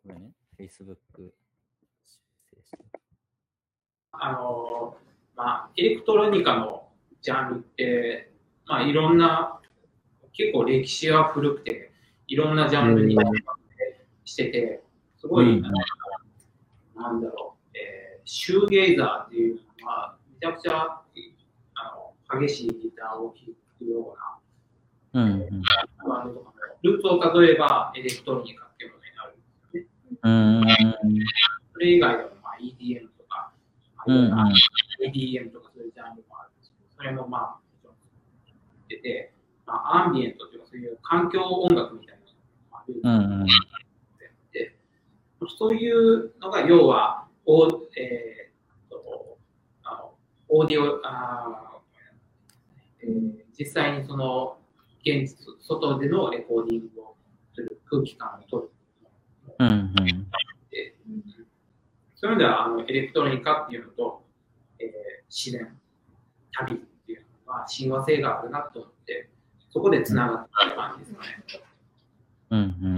ごめんね、Facebook 失礼して。 エレクトロニカのジャンルって、いろんな、結構歴史は古くて、いろんなジャンルにしてて、すごい、なんだろう、シューゲイザーっていうのは、めちゃくちゃ激しいギターを弾くような、バンドとかのルーツを例えばエレクトロニカっていうものになるんですよね。それ以外でもEDM とか、EDM とかそういうジャンルもあるんですけど、それも出て、アンビエントっていうかそういう環境音楽みたいなのがで、そういうのが要はオーディオ実際にその外でのレコーディングをする空気感を取る。そういう意味ではエレクトロニカっていうのと、自然、旅っていうのは親和性があるなと思って、そこでつながった感じですかね。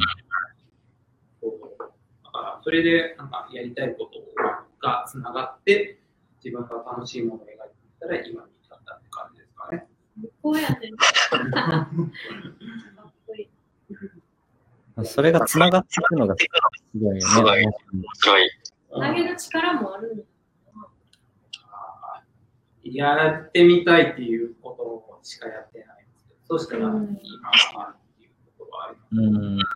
だからそれでなんかやりたいことがつながって、自分が楽しいものを描いていったら今に至ったって感じですかね。 こうやってかっこいい。 それがつながっていくのがすごいよね。 投げる力もあるんだ。 やってみたいっていうことしかやってないんですけど、そうしたら今あるっていうことがあります。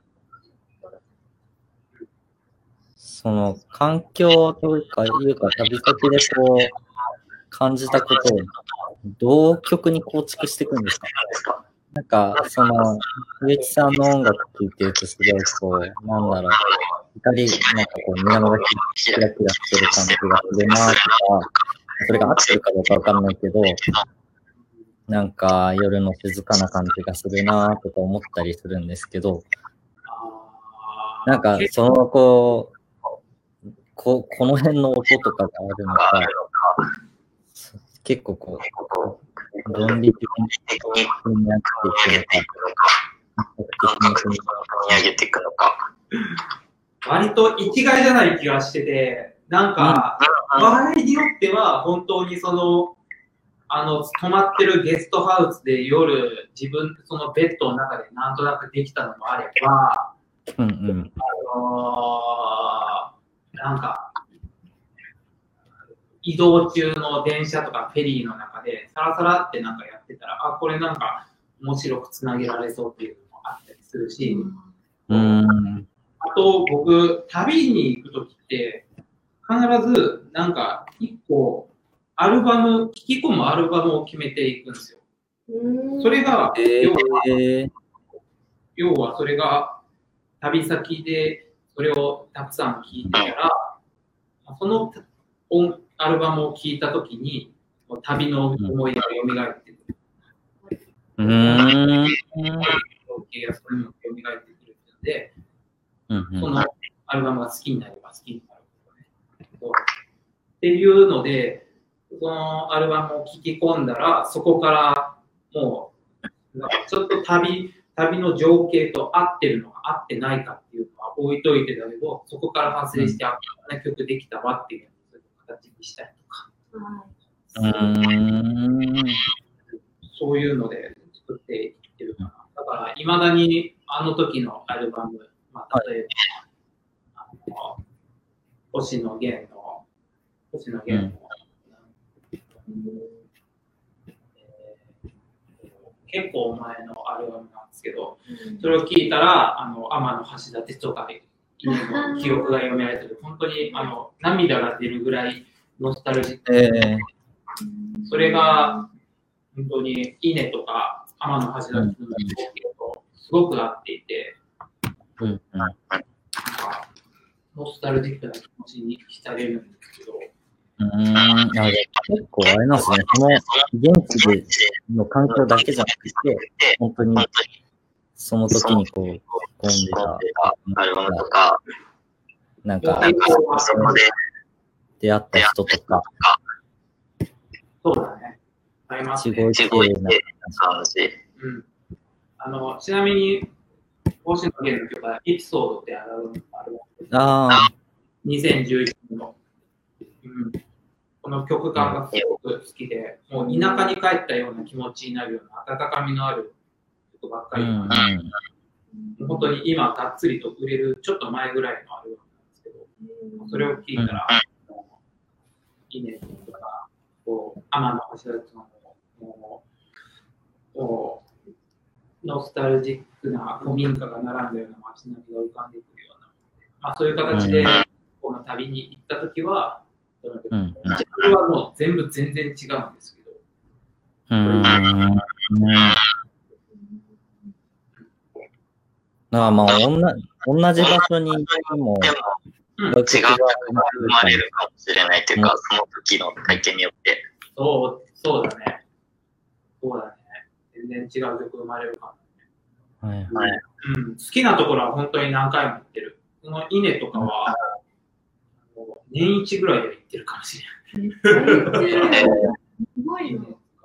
その環境というか旅先でこう感じたことをどう曲に構築していくんですか？なんかその植木さんの音楽聴いてるとすごいこうなんだろう、光なんかこう水面がキラキラしてる感じがするなとか、それが合ってるかどうかわかんないけど、なんか夜の静かな感じがするなとか思ったりするんですけど、なんかそのこの辺の音とかがあるのか、結構こう論理的に組み上げていくのか、組み上げていくのか。 割と一概じゃない気がしてて、なんか、場合によっては本当にその、泊まってるゲストハウスで夜、自分、そのベッドの中でなんとなくできたのもあれば、なんか、移動中の電車とかフェリーの中で、サラサラってなんかやってたら、これなんか面白くつなげられそうっていうのもあったりするし、あと僕、旅に行くときって、必ずなんか一個、聞き込むアルバムを決めていくんですよ。それが、要はそれが旅先でそれをたくさん聴いてたら、そのアルバムを聴いたときに、旅の思い出が蘇ってくる。情景がそれも蘇ってくるので、そのアルバムが好きになれば好きになるっていうので、そのアルバムを聴き込んだら、そこからもう、ちょっと旅の情景と合ってるのか合ってないかっていうのは置いといてだけど、そこから派生して、こんな曲できたわっていう形にしたりとか。そういうので作っていってるかな。だから、いまだにあの時のアルバム、例えば、星野源の、結構前のアルバムなんですけど、それを聞いたら、天橋立とかの記憶が蘇ってくる、本当に涙が出るぐらいノスタルジック。それが、本当に稲とか天橋立の情景とすごく合っていて、ノスタルジックな気持ちに浸れるんですけど。 結構あれなんですね。その現地での環境だけじゃなくて、本当にその時にこう込んでたアルバムとか、なんかそこで出会った人とか、 そうだね。ありますね。 すごい綺麗な話。 ちなみに星野源の曲はエピソードってあるわけです。 ああ。 2011年の、この曲感がすごく好きで、もう田舎に帰ったような気持ちになるような温かみのある曲ばっかりなので、本当に今がっつりと売れるちょっと前ぐらいのアルバムなんですけど、それを聴いたら、いいねとか、天野橋立のノスタルジックな古民家が並んだような街並みが浮かんでくるような、まあ、そういう形で、この旅に行ったときは、ジャンルはもう全然違うんですけど、 まあ、同じ場所にいても、 違う曲が生まれるかもしれないというか、その時の体験によって。 そうだね。全然違う曲生まれるかもね。好きなところは本当に何回も行ってる。この稲とかは、年一ぐらいで行ってるかもしれない。すごいね。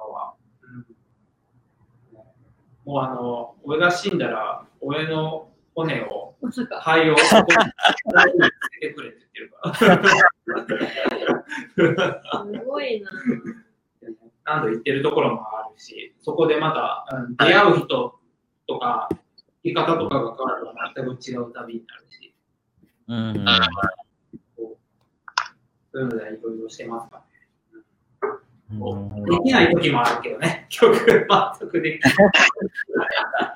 もう俺が死んだら、俺の骨を、肺を、そこにつけてくれって言ってるから。 すごいな。 何度行ってるところもあるし、そこでまた、出会う人とか、生き方とかが変わると全く違う旅になるし。そういうのでいろいろしてますかね。できない時もあるけどね、曲全くできない。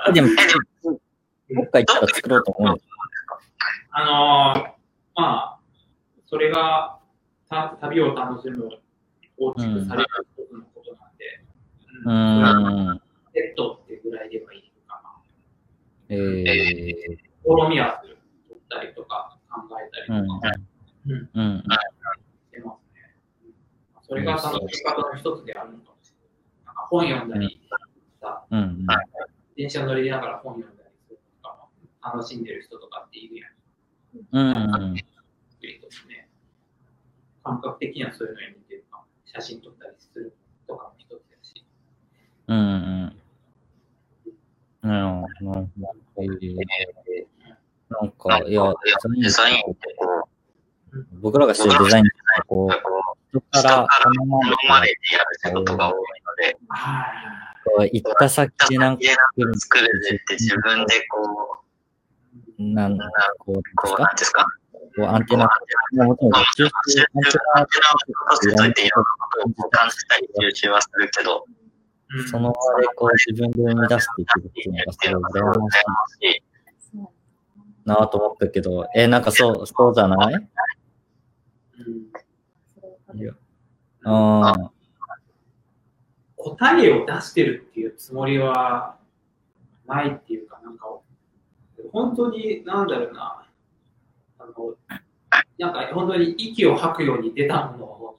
でも、どっか行ったら作ろうと思うんですか？まあ、それが旅を楽しむ構築される一つのことなんで、セットっていうぐらいではいいかな。試みはする。撮ったりとか考えたりとか。してますね。それが楽し方の一つであるのかもしれない。なんか本読んだりさ、電車乗りながら本読んだりするとかも楽しんでる人とかっているやん。感覚的にはそういうのに似てるかも。写真撮ったりするとかも一つだし。 なんか、いや、デザインってこう、僕らがしてるデザインってこう、人から頼まれてやる仕事が多いので、行った先でなんか作るって自分でこう、なんですかアンテナ、もちろん、 アンテナを作っていろんなことを感じたり吸収はするけど、 その場でこう自分で生み出していくっていうのがすごい羨ましいなぁと思ったけど、なんかそうじゃない？ 答えを出してるっていうつもりはないっていうか、なんか、本当に、なんだろうな、なんか本当に息を吐くように出たものを、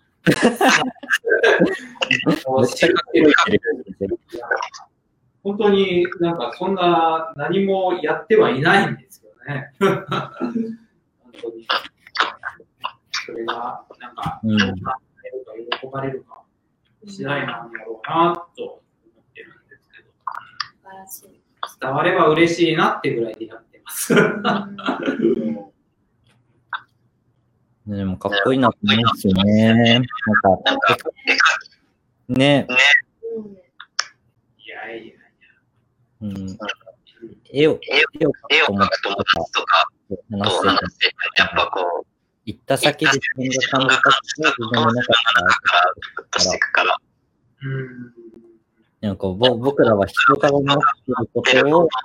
本当になんかそんな何もやってはいないんですよね。本当に。それがなんか、喜ばれるか次第なんだろうなと思ってるんですけど、伝われば嬉しいなってぐらいでやってます。 でもかっこいいなと思うんですよね。なんか、ね。 いや。 絵を描くと思ったとか、話してて、やっぱこう、行った先で自分が感じたことを自分の中からなんか僕らは人から思っていることを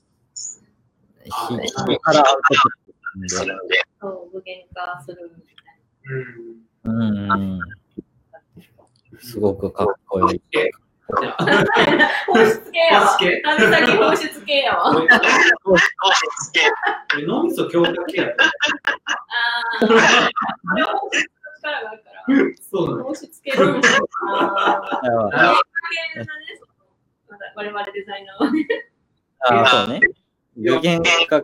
人から会うことそう具現化するみたいな。すごくかっこいい。 放出系やわ。旅先放出系やわ。 放出系。 脳みそ強化系やった。 放出の力があるから。 そうだね。 放出系の。我々デザイナーはね。 そうね。具現化。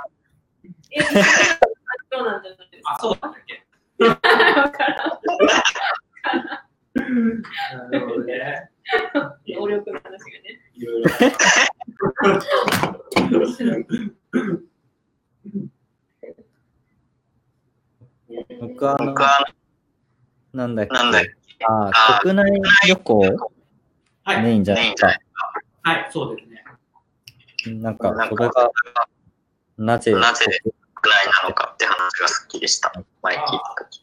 そうなんじゃないですか。 そうだっけ。 わからん。 なるほどね。 能力の話がね。 いろいろ。 僕はなんだっけ、国内旅行はい。 メインじゃないですか。 はい、そうですね。 なんか、それが、なぜなぜ国内なのかって話が好きでした。前聞いたとき。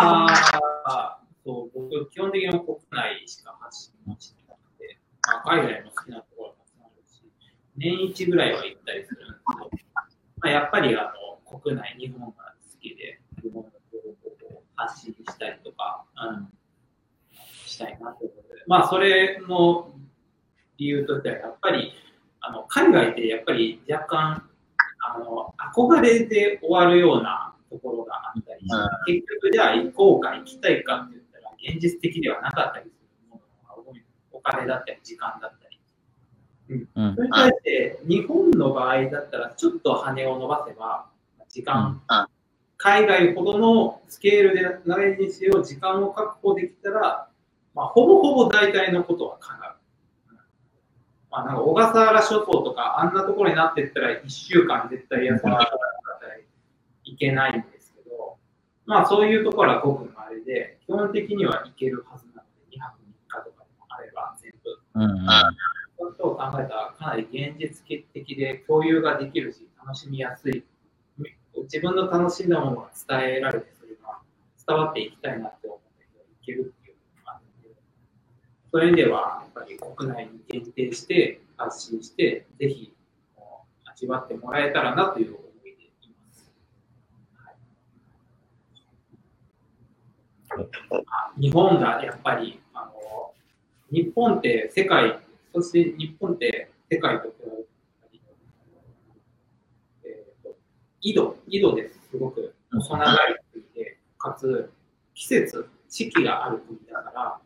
そう、僕、基本的に国内しか発信してなくて、海外も好きなところがたくさんあるし、年一ぐらいは行ったりするんですけど、やっぱり国内、日本が好きで、日本の情報を発信したりとか、したいなということで、それの理由としては、やっぱり、海外ってやっぱり若干、憧れで終わるようなところがあったりして、結局じゃあ行こうか行きたいかって言ったら、現実的ではなかったりするものが多い。お金だったり、時間だったり。それに対して、日本の場合だったら、ちょっと羽を伸ばせば、時間、海外ほどのスケールでないにしよう、時間を確保できたら、ほぼほぼ大体のことは叶う。なんか小笠原諸島とか、あんなところになっていったら、1週間絶対休まなかったらいけないんですけど、そういうところはごく稀で、基本的には行けるはずなので、2泊3日とかでもあれば全部。そういうことを考えたら、かなり現実的で共有ができるし、楽しみやすい。自分の楽しんだものが伝えられて、それが伝わっていきたいなって思ったけど、いけるっていうのがあるので、そういう意味では、やっぱり国内に限定して発信して、ぜひ味わってもらえたらなという思いでいます。日本がやっぱり、日本って世界、そして日本って世界と比べて、緯度ですごく細長い国で、かつ季節、四季がある国だから、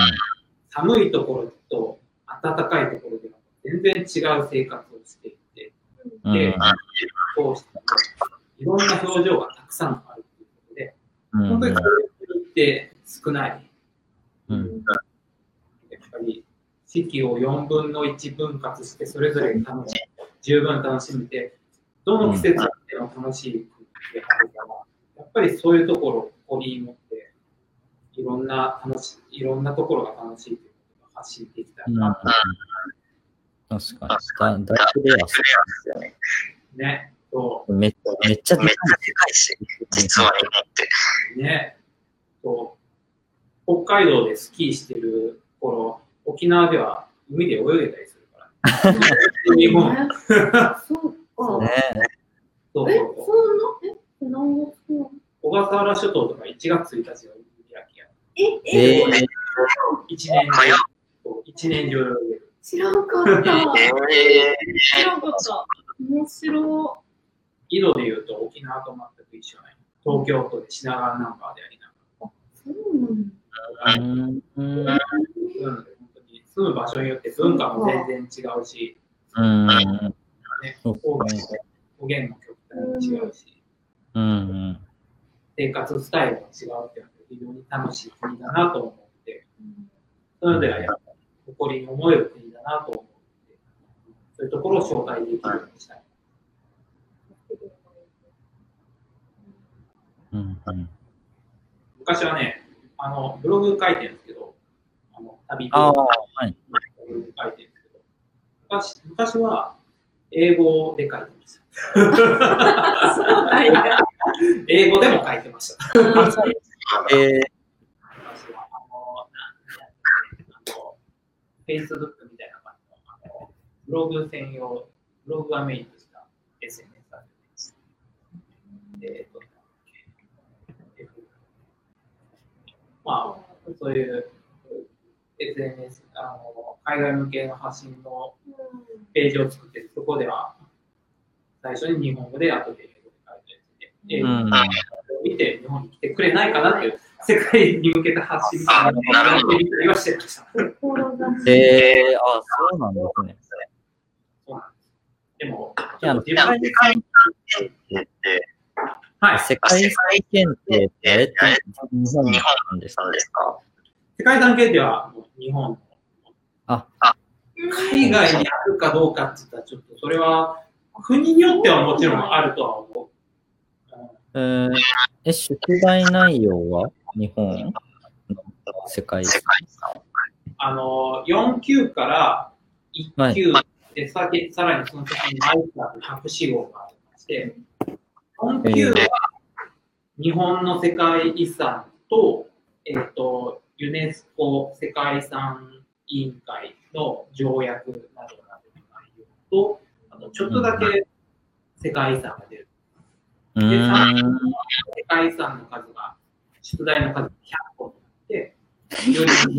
寒いところと暖かいところでは全然違う生活をしていて、で、こういろんな表情がたくさんあるということで、本当にそういう国って少ない。やっぱり四季を4分の1分割して、それぞれ十分楽しめて、どの季節でも楽しい国であるから、やっぱりそういうところを誇り持って、いろんなところが楽しいということが発信できたらなと。 確かに。大学ではそうですよね。 ね。 めっちゃでかいし、実は日本って。 ね。北海道でスキーしてる頃、沖縄では海で泳げたりするからね。日本。 そうか。 ね。 そんな小笠原諸島とか1月1日が海開きや。一年中泳げる。 知らんかった。知らんかった。面白緯度で言うと沖縄と全く一緒ない。東京都で品川ナンバーでありながら。 そうなんだ。 本当に住む場所によって文化も全然違うし、方言も極端に違うし、生活スタイルも違うっていうのは非常に楽しい国だなと思って、そういうのではやっぱり誇りに思える国だなと思って、そういうところを紹介できるようにしたい。昔はね、ブログ書いてるんですけど、旅ブログ書いてるんですけど、昔は英語で書いてました。英語でも書いてました。昔はFacebook みたいな感じのブログ専用、ブログがメインとした SNS だったんです。そういう SNS、海外向けの発信のページを作ってそこでは最初に日本語で後で英語で書いて英語を見て日本に来てくれないかなっていう世界に向けた発信みたいなのをやってみたりはしてました。 そうなんですね。 そうなんです。でも、 世界検定ってあれって日本なんですか？ 世界関係では日本。海外にあるかどうかって言ったらちょっとそれは国によってはもちろんあるとは思う。 出題内容は日本の世界遺産 4級から1級はで、さらにその先にマイスターと博士号がありまして、4級は日本の世界遺産と、ユネスコ世界遺産委員会の条約などなどの内容と、あとちょっとだけ世界遺産が出る。で、さらに世界遺産の数が、出題の数が100個になって、より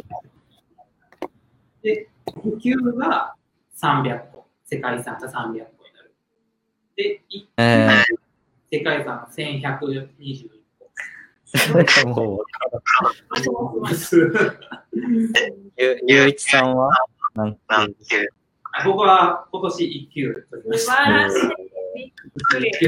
で、2級が300個、世界遺産が300個になる。で、1級世界遺産が1121個。 もうゆういちさんは何級？ 僕は今年1級取りました。 素晴らしい。びっくり。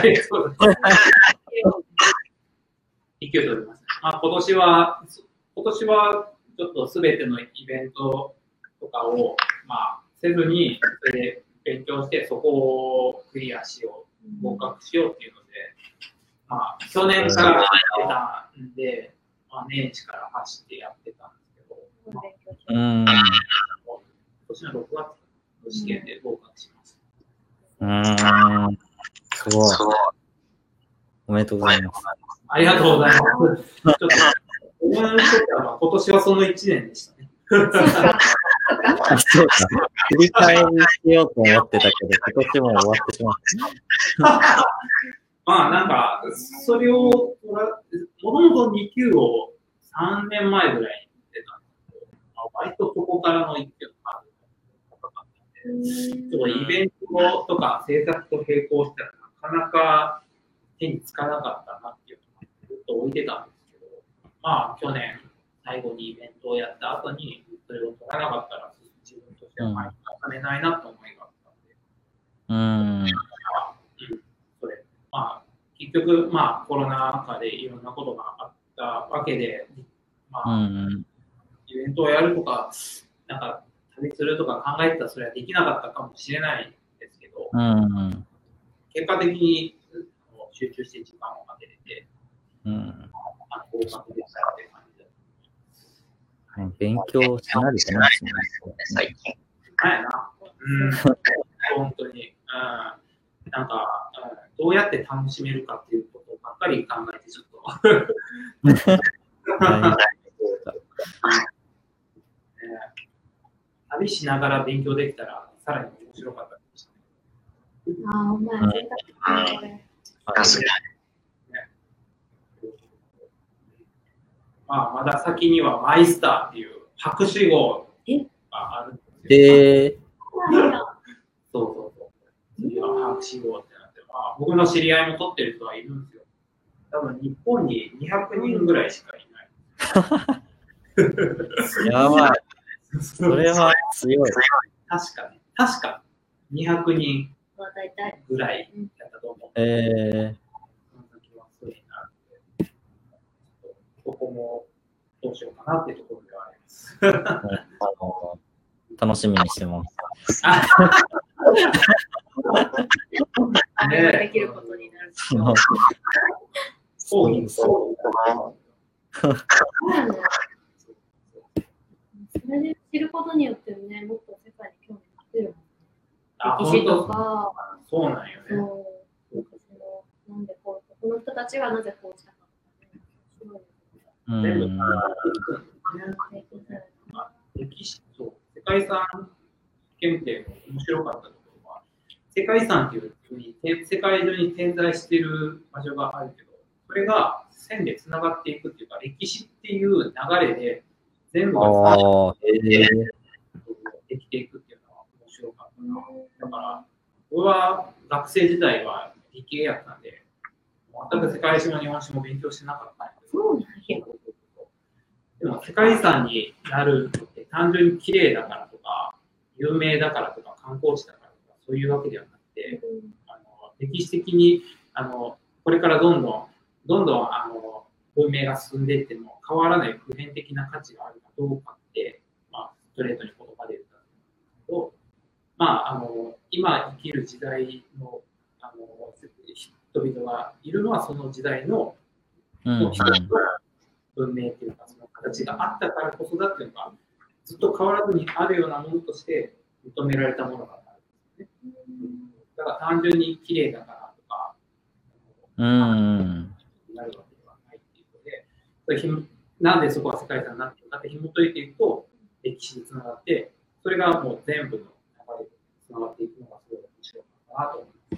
1級取りました。今年はちょっとすべてのイベントとかを、せずに、それで勉強して、そこをクリアしよう、合格しようっていうので、去年からやってたんで、年始から走ってやってたんですけど、今年の6月の試験で合格しました。 すごい。おめでとうございます。 ありがとうございます。ちょっと思い出したのは今年はその1年でしたね。 そうか。振り返りしようと思ってたけど、今年も終わってしまった。 なんか、それを、もともと2級を3年前ぐらいに出たんですけど、割とそこからの1級が高かったんで、ちょっとイベントとか制作と並行したらなかなか手につかなかったなっていうのをずっと置いてたんですけど、去年最後にイベントをやった後にそれを取らなかったら自分としては前に重ねないなと思いがあったんで、それ結局、コロナ禍でいろんなことがあったわけで、イベントをやるとか、なんか旅するとか考えてたらそれはできなかったかもしれないんですけど、結果的に集中して時間をかけれて、合格できたって感じだ。 勉強しなりてますね、最近。 はいな。本当に。なんか、どうやって楽しめるかっていうことばっかり考えて、ちょっと。旅しながら勉強できたら、さらに面白かったでしたね。 お前、 まだ先にはマイスターっていう博士号があるんですよ。そう。次は博士号ってなって、僕の知り合いも取ってる人はいるんですよ。多分日本に200人ぐらいしかいない。 やばい。それは強い。 確か200人ぐらいだったと思う。その時はすごいなって。ここもどうしようかなっていうところではあります。 楽しみにしてます。 できることになる。それで知ることによってね、もっと世界に興味が出る。歴史とか、 そうなんよね。 なんでこの人たちはなぜこうしたかとかね。 全部歴史と世界遺産検定の面白かったところは、世界遺産っていうふうに世界中に点在している場所があるけど、それが線でつながっていくっていうか、歴史っていう流れで全部ができていくっていうのは面白かったな。だから、僕は学生時代は理系やったんで、全く世界史も日本史も勉強してなかったんです。 そうなんや。 でも世界遺産になるって単純に綺麗だからとか、有名だからとか、観光地だからとか、そういうわけではなくて、歴史的にこれからどんどん文明が進んでいっても変わらない普遍的な価値があるかどうかって、ストレートに言葉で言ったんですけど、今生きる時代の人々がいるのはその時代のうん。 一つの文明っていうか、その形があったからこそだっていうのが、ずっと変わらずにあるようなものとして認められたものがあるんですね。だから単純に綺麗だからとか、 うん。 なるわけではないっていうことで、それなんでそこは世界遺産になってるかって紐解いていくと、歴史につながって、それがもう全部の流れでつながっていくのがすごい面白いかなと思います。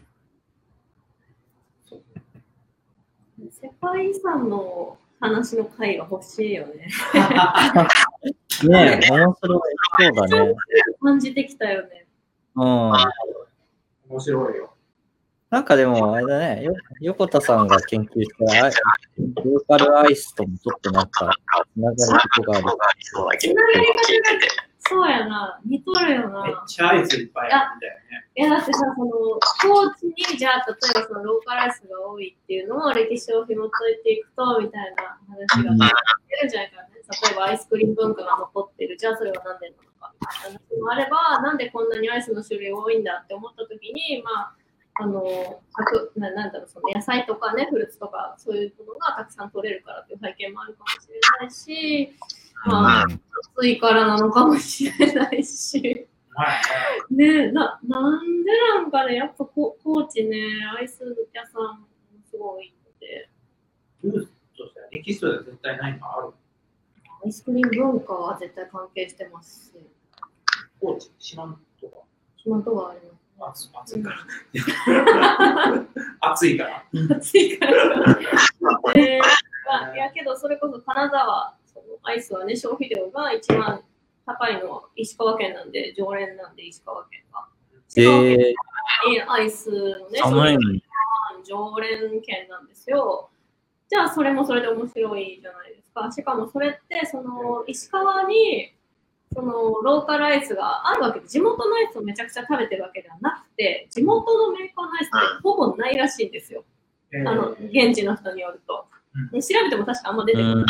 世界遺産の話の回が欲しいよね。 ねえ、面白い。そうだね。 感じてきたよね。 うん。 面白いよ。 なんかでも、あれだね、横田さんが研究したローカルアイスともちょっとなんか、つながるとこがある。 つながり方がそうやな、似とるよな。 めっちゃアイスいっぱいあるんだよね。 いや、だってさ、高知に、じゃあ、例えばそのローカルアイスが多いっていうのを歴史を紐解いていくと、みたいな話が出るんじゃないかな。例えばアイスクリーム文化が残ってる。じゃあ、それは何でなのか。みたいな話もあれば、なんでこんなにアイスの種類多いんだって思ったときに、まあ、なんだろう、その野菜とかね、フルーツとか、そういうものがたくさん取れるからっていう背景もあるかもしれないし、まあ、暑いからなのかもしれないし。ね、なんでなんかね、やっぱ高知ね、アイス屋さんすごいので。 ルーツとしては歴史としては絶対ないのある。 アイスクリーム文化は絶対関係してますし。 高知、四万とか。 四万とかあります。 暑いから。暑いから。 暑いから。いやけど、それこそ金沢、アイスはね、消費量が一番高いのは石川県なんで、常連なんで、石川県が。アイスのね、 寒いのに常連県なんですよ。じゃあ、それもそれで面白いじゃないですか。しかもそれって、石川に、ローカルアイスがあるわけで、地元のアイスをめちゃくちゃ食べてるわけではなくて、地元のメーカーのアイスってほぼないらしいんですよ。現地の人によると。調べても確かあんま出てこない。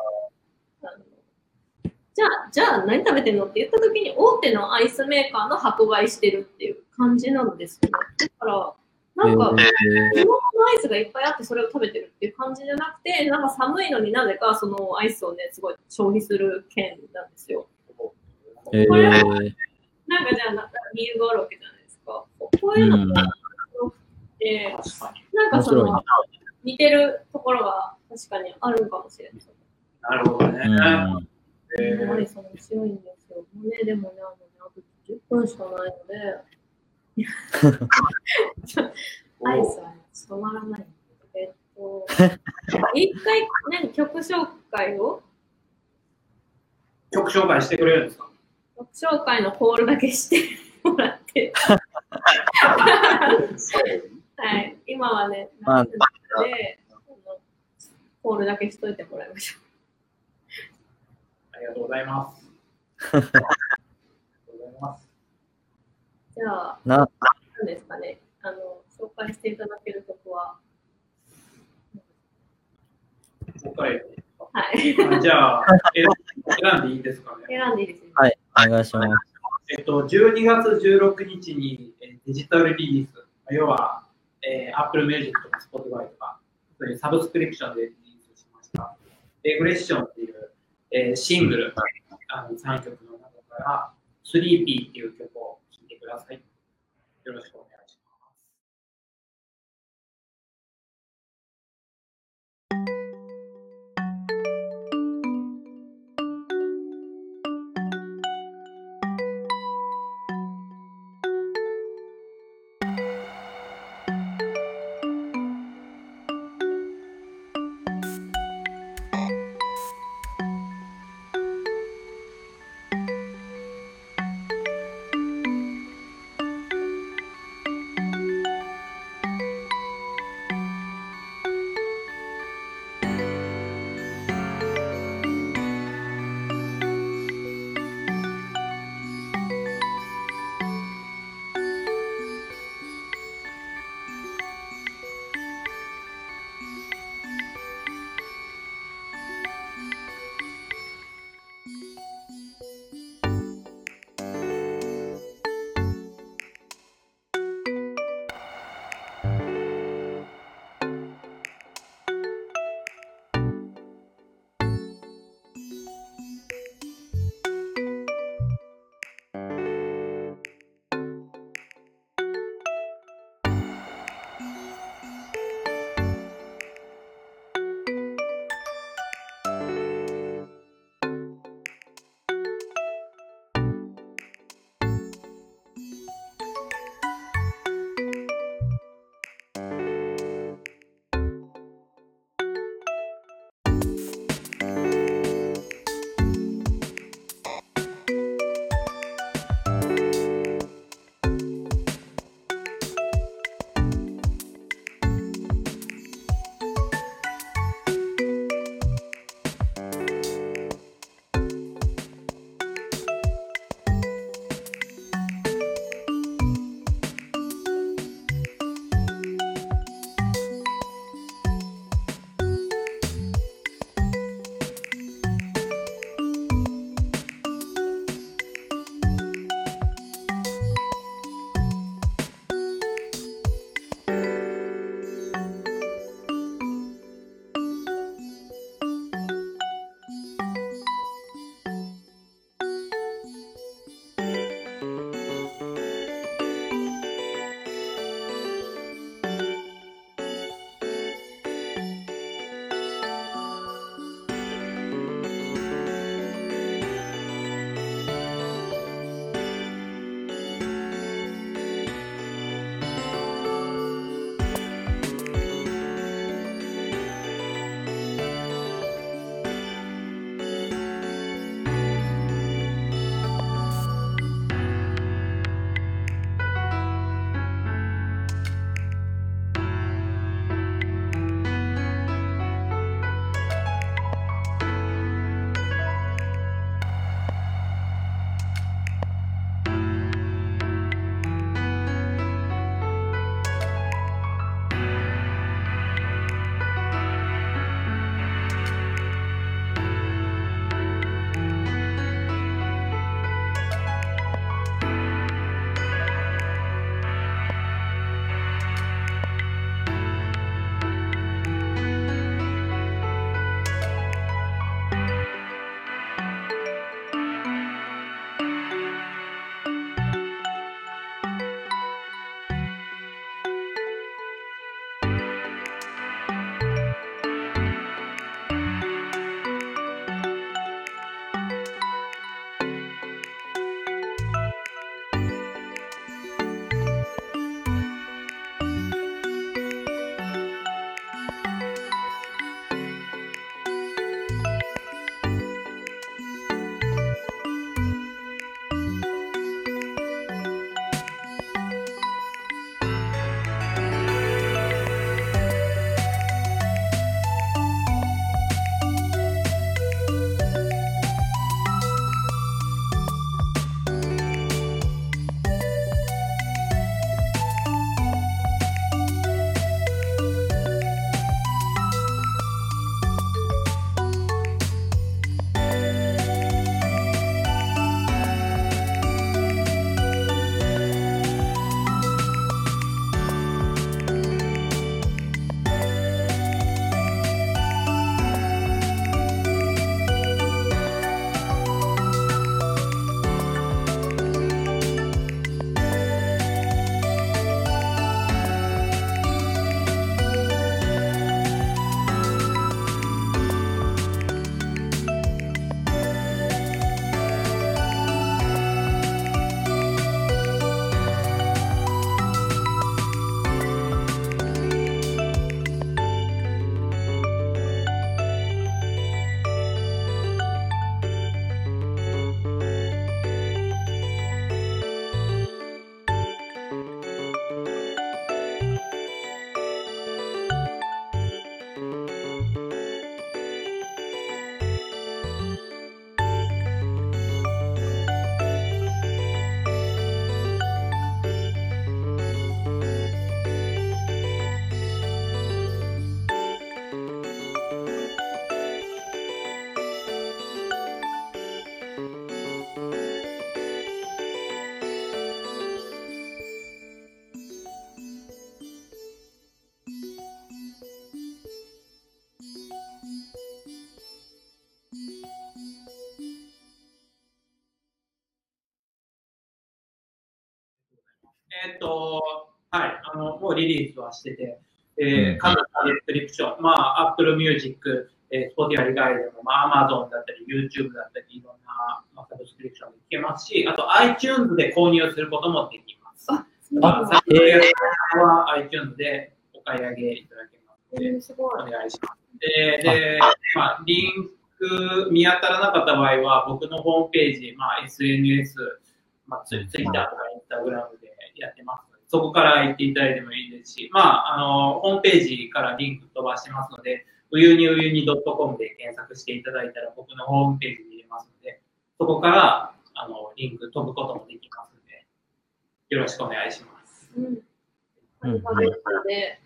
じゃあ何食べてんのって言った時に大手のアイスメーカーの箱買いしてるっていう感じなんですよね。だからなんか地元のアイスがいっぱいあってそれを食べてるっていう感じじゃなくて、なんか寒いのになぜかそのアイスをねすごい消費する県なんですよ。これはなんかじゃあ理由があるわけじゃないですか。こういうのが面白くて、なんか似てるところが確かにあるのかもしれない。 なるほどね。 アイス面白いんですよ。もうね、でもね、あと10分しかないので、アイスはね、止まらない。一回、曲紹介を曲紹介してくれるんですか？ 曲紹介のコールだけしてもらって。はい、今はね、コールだけしといてもらいましょう。 ありがとうございます。ありがとうございます。 じゃあ、何ですかね。紹介していただける曲は。 はい。 はい。 じゃあ、選んでいいですかね。 選んでいいですね。 はい、お願いします。 12月16日にデジタルリリース、要は、Apple Music とか Spotify とか、そういうサブスクリプションでリリースしました。レグレッションっていう、シングル、3曲の中から、スリーピーっていう曲を聴いてください。よろしくお願いします。 はい、もうリリースはしてて、各デスクリプション、Apple Music、Spotify 以外でも、Amazon だったり、YouTube だったり、いろんな、サブスクリプションで聞けますし、あと iTunes で購入することもできます。先ほどやったのは iTunes でお買い上げいただけますので、お願いします。で、リンク見当たらなかった場合は、僕のホームページ、SNS、Twitter とか Instagram でやってますので、そこから行っていただいてもいいですし、ホームページからリンク飛ばしてますので、うゆに .com で検索していただいたら僕のホームページに入れますので、そこからリンク飛ぶこともできますので、よろしくお願いします。 アルファベットで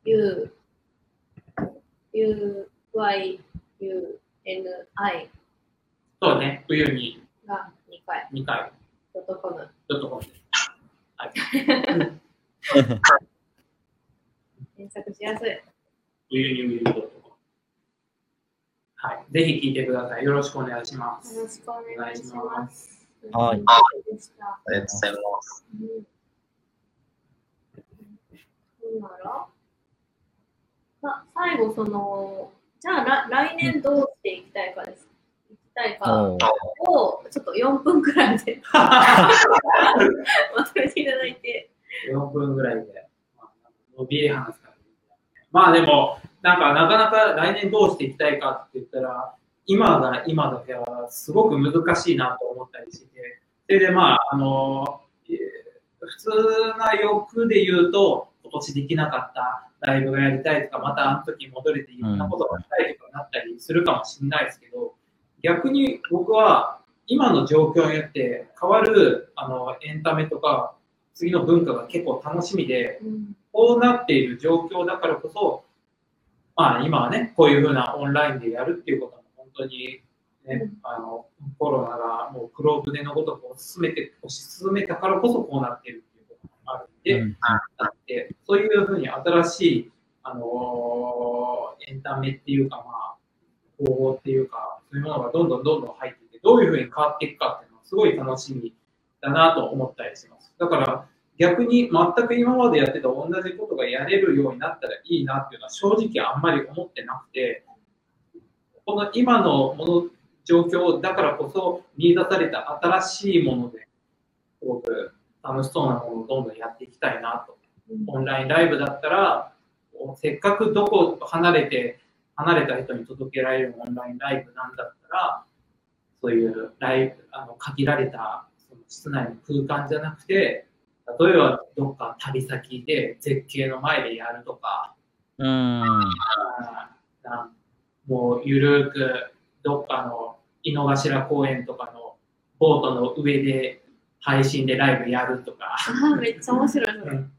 UYUNI そうね、うゆにが 2回。 .com です。はい。 検索しやすい。 うゆに .com。はい。ぜひ聞いてください。よろしくお願いします。 よろしくお願いします。 はい。 ありがとうございます。 最後、じゃあ来年どうしていきたいかをちょっと4分くらいでまとめていただいて。 4分ぐらいで、伸びり話すから。でも、なかなか来年どうしていきたいかって言ったら、今だけはすごく難しいなと思ったりして、それで普通な欲で言うと、今年できなかったライブがやりたいとか、またあの時戻れていろんなことがしたいとかなったりするかもしれないですけど、逆に僕は今の状況によって変わるエンタメとか次の文化が結構楽しみで、こうなっている状況だからこそ、今はね、こういうふうなオンラインでやるっていうことも本当に、ね、コロナがもう黒船のごとく推し進めたからこそこうなっているっていうこともあるんで、そういうふうに新しい、エンタメっていうか、方法っていうか、そういうものがどんどん入っていて、どういうふうに変わっていくかっていうのはすごい楽しみだなと思ったりします。だから逆に全く今までやってた同じことがやれるようになったらいいなっていうのは正直あんまり思ってなくて、この今の状況だからこそ見出された新しいものですごく楽しそうなものをどんどんやっていきたいなと。オンラインライブだったら、せっかくどこ離れた人に届けられるオンラインライブなんだったら、そういう限られたその室内の空間じゃなくて、例えばどっか旅先で絶景の前でやるとか、もうゆるくどっかの井の頭公園とかのボートの上で配信でライブやるとか。 めっちゃ面白い。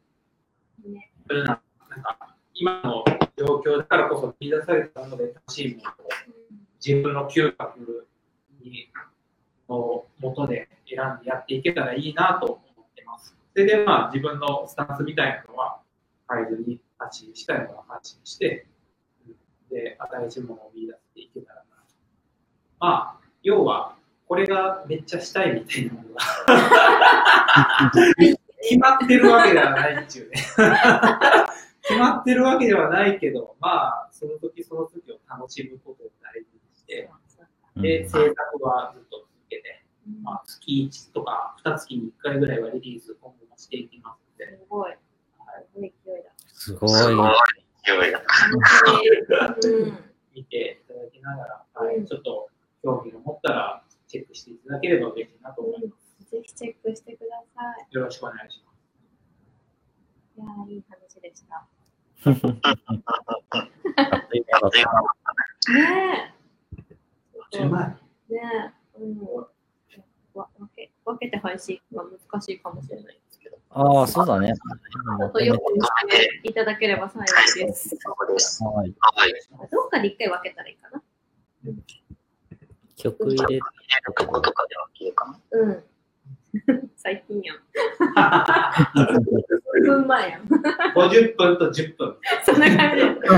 なんか今の状況だからこそ見出されたので楽しいものを自分の嗅覚のもとで選んでやっていけたらいいなと思ってます。それで自分のスタンスみたいなのは変えずに発信したいものを発信して、で、新しいものを見出していけたらなと。要は、これがめっちゃしたいみたいなものが決まってるわけではないっていうね。決まってるわけではないけど、その時その時を楽しむことを大事にして、で、制作はずっと続けて、月1とか2月に1回ぐらいはリリース今後もしていきますので。 すごい。勢いだ。 すごい。 勢いだ。 見ていただきながら、ちょっと興味を持ったらチェックしていただければ嬉しいなと思います。 ぜひチェックしてください。 よろしくお願いします。 いやー、いい話でした。ねえ。 うまい。 ねえ。分けて配信が難しいかもしれないんですけど。 そうだね。 ちょっとよくしていただければ幸いです。 はい。 どっかで一回分けたらいいかな。 曲入れるとことかでは消えかな。 最近やん。10分前やん。 50分と10分。 そんな感じで。聞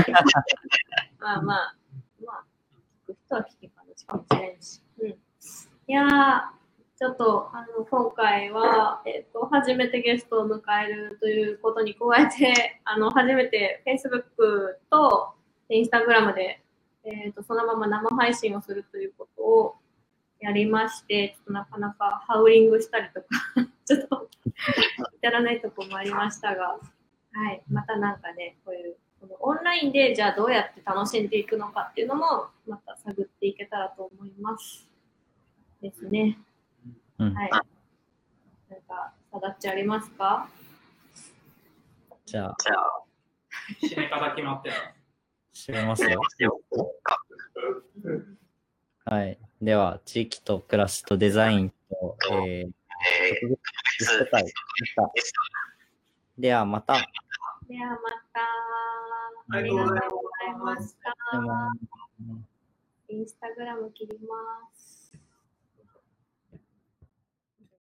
く人は聞きっぱなしかもしれんし。いやー、 ちょっと今回は、初めてゲストを迎えるということに加えて、初めて Facebook と Instagram で、そのまま生配信をするということをやりまして、ちょっとなかなかハウリングしたりとか、ちょっと至らないところもありましたが、はい、またなんかね、こういうこのオンラインでじゃあどうやって楽しんでいくのかっていうのもまた探っていけたらと思いますですね。はい。なんかさだっちありますか？ じゃあ締め方決まってる。 締めますよ。はい。では、地域と暮らしとデザインと、特別世界でした。ではまた。 ありがとうございました。インスタグラム切ります。